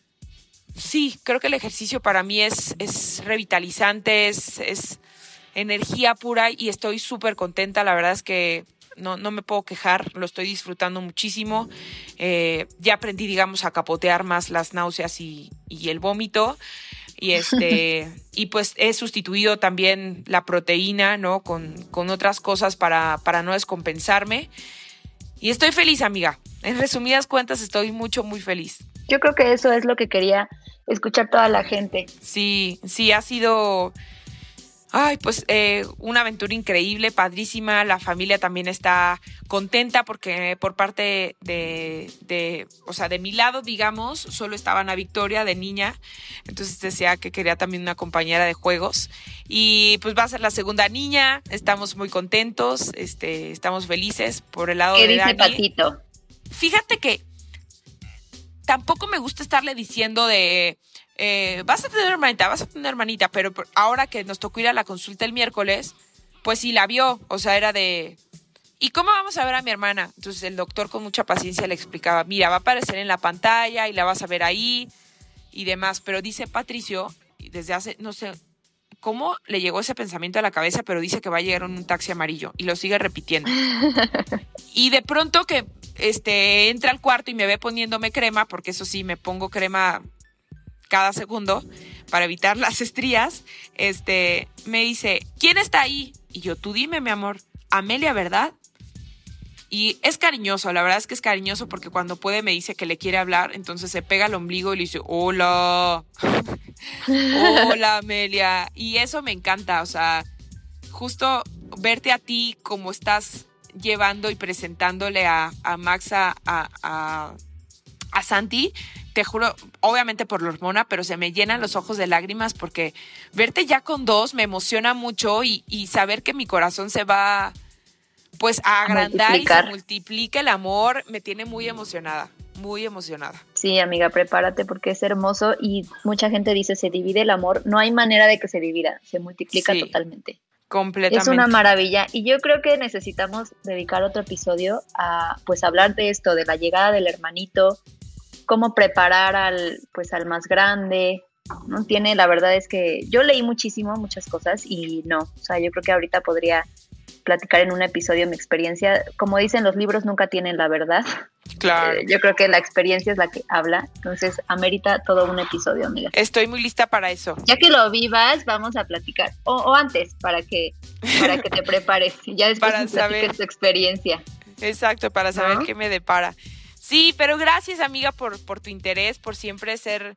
sí, creo que el ejercicio para mí es revitalizante, es energía pura y estoy súper contenta, la verdad es que no me puedo quejar, lo estoy disfrutando muchísimo. Ya aprendí, digamos, a capotear más las náuseas y el vómito. Y y pues he sustituido también la proteína, ¿no? Con otras cosas para no descompensarme. Y estoy feliz, amiga. En resumidas cuentas, estoy muy feliz. Yo creo que eso es lo que quería escuchar toda la gente. Sí, ha sido... Ay, pues una aventura increíble, padrísima. La familia también está contenta porque por parte o sea, de mi lado, digamos, solo estaba Ana Victoria de niña. Entonces decía que quería también una compañera de juegos. Y pues va a ser la segunda niña. Estamos muy contentos, estamos felices por el lado de Dani. ¿Qué dice Patito? Fíjate que tampoco me gusta estarle diciendo de... vas a tener hermanita, pero ahora que nos tocó ir a la consulta el miércoles, pues sí la vio, o sea, era de, ¿y cómo vamos a ver a mi hermana? Entonces el doctor con mucha paciencia le explicaba, mira, va a aparecer en la pantalla y la vas a ver ahí y demás, pero dice Patricio, desde hace, no sé, cómo le llegó ese pensamiento a la cabeza, pero dice que va a llegar en un taxi amarillo y lo sigue repitiendo. Y de pronto que entra al cuarto y me ve poniéndome crema, porque eso sí, me pongo crema cada segundo para evitar las estrías, me dice, ¿quién está ahí? Y yo, tú dime, mi amor, Amelia, ¿verdad? Y es cariñoso, la verdad es que es cariñoso porque cuando puede me dice que le quiere hablar, entonces se pega al ombligo y le dice, hola, hola Amelia, y eso me encanta, o sea, justo verte a ti como estás llevando y presentándole a Max a a Santi, te juro, obviamente por la hormona, pero se me llenan los ojos de lágrimas porque verte ya con 2 me emociona mucho y saber que mi corazón se va pues a agrandar y se multiplica el amor, me tiene muy emocionada. Muy emocionada. Sí, amiga, prepárate porque es hermoso y mucha gente dice se divide el amor. No hay manera de que se divida, se multiplica totalmente. Completamente. Es una maravilla y yo creo que necesitamos dedicar otro episodio a pues hablar de esto, de la llegada del hermanito, cómo preparar al más grande. No tiene, la verdad es que yo leí muchas cosas y no, o sea, yo creo que ahorita podría platicar en un episodio mi experiencia. Como dicen, los libros nunca tienen la verdad. Claro. Yo creo que la experiencia es la que habla, entonces amerita todo un episodio, amiga. Estoy muy lista para eso. Ya que lo vivas, vamos a platicar, o antes, para que te prepares, ya después para saber tu experiencia. Exacto, para saber qué me depara. Sí, pero gracias, amiga, por tu interés, por siempre ser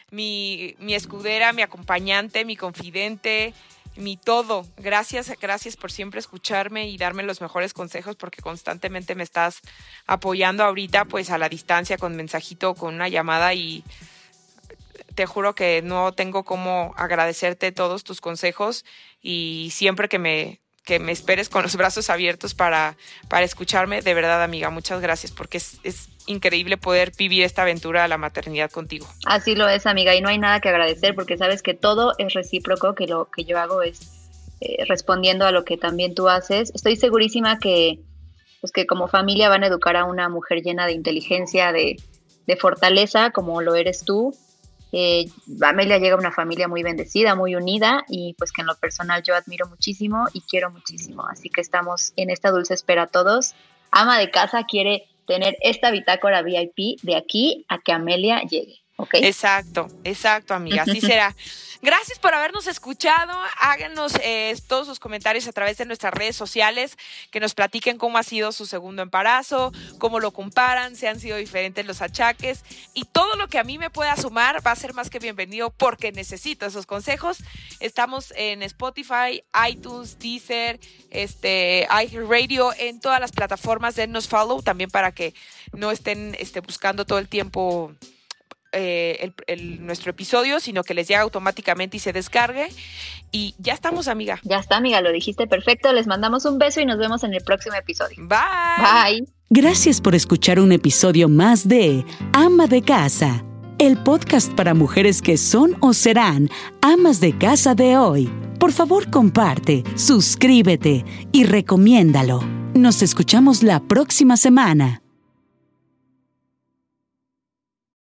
mi escudera, mi acompañante, mi confidente, mi todo. Gracias por siempre escucharme y darme los mejores consejos, porque constantemente me estás apoyando ahorita pues a la distancia con mensajito, con una llamada, y te juro que no tengo cómo agradecerte todos tus consejos y siempre que me esperes con los brazos abiertos para escucharme. De verdad, amiga, muchas gracias, porque es increíble poder vivir esta aventura de la maternidad contigo. Así lo es, amiga, y no hay nada que agradecer porque sabes que todo es recíproco, que lo que yo hago es respondiendo a lo que también tú haces. Estoy segurísima que como familia van a educar a una mujer llena de inteligencia, de fortaleza, como lo eres tú. Amelia llega a una familia muy bendecida, muy unida, y pues que en lo personal yo admiro muchísimo y quiero muchísimo, así que estamos en esta dulce espera todos. Ama de casa quiere tener esta bitácora VIP de aquí a que Amelia llegue, ¿ok? Exacto, amiga, así será. Gracias por habernos escuchado. Háganos todos sus comentarios a través de nuestras redes sociales, que nos platiquen cómo ha sido su segundo embarazo, cómo lo comparan, si han sido diferentes los achaques, y todo lo que a mí me pueda sumar va a ser más que bienvenido, porque necesito esos consejos. Estamos en Spotify, iTunes, Deezer, iHeartRadio, en todas las plataformas. Dennos follow también para que no estén buscando todo el tiempo nuestro episodio, sino que les llega automáticamente y se descargue. Y ya estamos, amiga. Ya está, amiga, lo dijiste perfecto. Les mandamos un beso y nos vemos en el próximo episodio. Bye. Gracias por escuchar un episodio más de Ama de Casa, el podcast para mujeres que son o serán amas de casa de hoy. Por favor, comparte, suscríbete y recomiéndalo. Nos escuchamos la próxima semana.